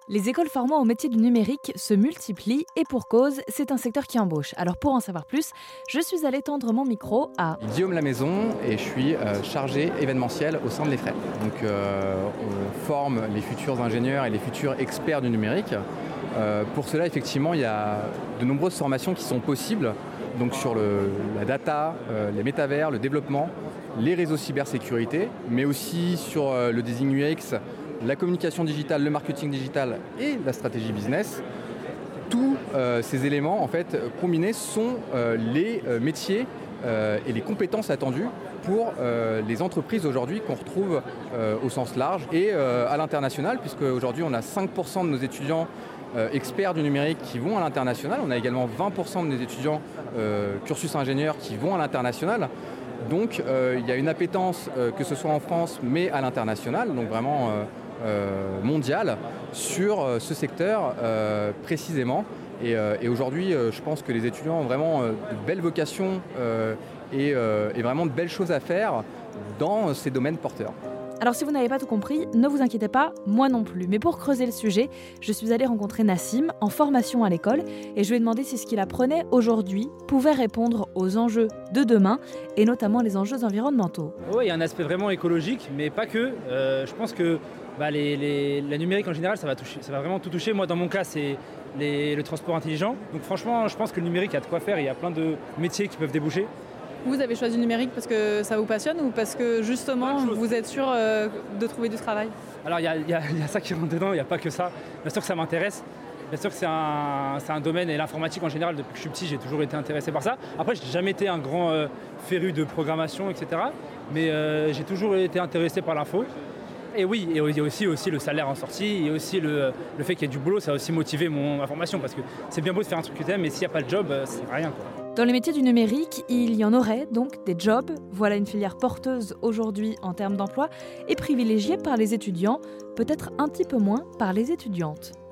Les écoles formant au métier du numérique se multiplient et pour cause, c'est un secteur qui embauche. Alors pour en savoir plus, je suis allée tendre mon micro à Guillaume Lamaison et je suis chargé événementiel au sein de l'EFREP. Donc on forme les futurs ingénieurs et les futurs experts du numérique. Pour cela, effectivement, il y a de nombreuses formations qui sont possibles. Donc sur la data, les métavers, le développement, les réseaux cybersécurité, mais aussi sur le design UX, la communication digitale, le marketing digital et la stratégie business. Tous ces éléments en fait, combinés sont les métiers et les compétences attendues pour les entreprises aujourd'hui qu'on retrouve au sens large et à l'international, puisque aujourd'hui on a 5% de nos étudiants experts du numérique qui vont à l'international. On a également 20% de nos étudiants cursus ingénieurs qui vont à l'international. Donc il y a une appétence que ce soit en France mais à l'international, donc vraiment mondiale sur ce secteur précisément. Et aujourd'hui, je pense que les étudiants ont vraiment de belles vocations et vraiment de belles choses à faire dans ces domaines porteurs. Alors si vous n'avez pas tout compris, ne vous inquiétez pas, moi non plus. Mais pour creuser le sujet, je suis allée rencontrer Nassim en formation à l'école et je lui ai demandé si ce qu'il apprenait aujourd'hui pouvait répondre aux enjeux de demain et notamment les enjeux environnementaux. Oui, il y a un aspect vraiment écologique, mais pas que. Je pense que la numérique en général, ça va vraiment tout toucher. Moi, dans mon cas, c'est le transport intelligent. Donc franchement, je pense que le numérique, il y a de quoi faire. Il y a plein de métiers qui peuvent déboucher. Vous avez choisi le numérique parce que ça vous passionne ou parce que justement vous êtes sûr de trouver du travail? Alors il y a ça qui rentre dedans, il n'y a pas que ça. Bien sûr que ça m'intéresse. Bien sûr que c'est un domaine, et l'informatique en général, depuis que je suis petit, j'ai toujours été intéressé par ça. Après, je n'ai jamais été un grand féru de programmation, etc. Mais j'ai toujours été intéressé par l'info. Et oui, et il y a aussi le salaire en sortie, et aussi le fait qu'il y ait du boulot, ça a aussi motivé ma formation. Parce que c'est bien beau de faire un truc que tu aimes, mais s'il n'y a pas de job, c'est rien, quoi. Dans les métiers du numérique, il y en aurait donc des jobs. Voilà une filière porteuse aujourd'hui en termes d'emploi et privilégiée par les étudiants, peut-être un petit peu moins par les étudiantes.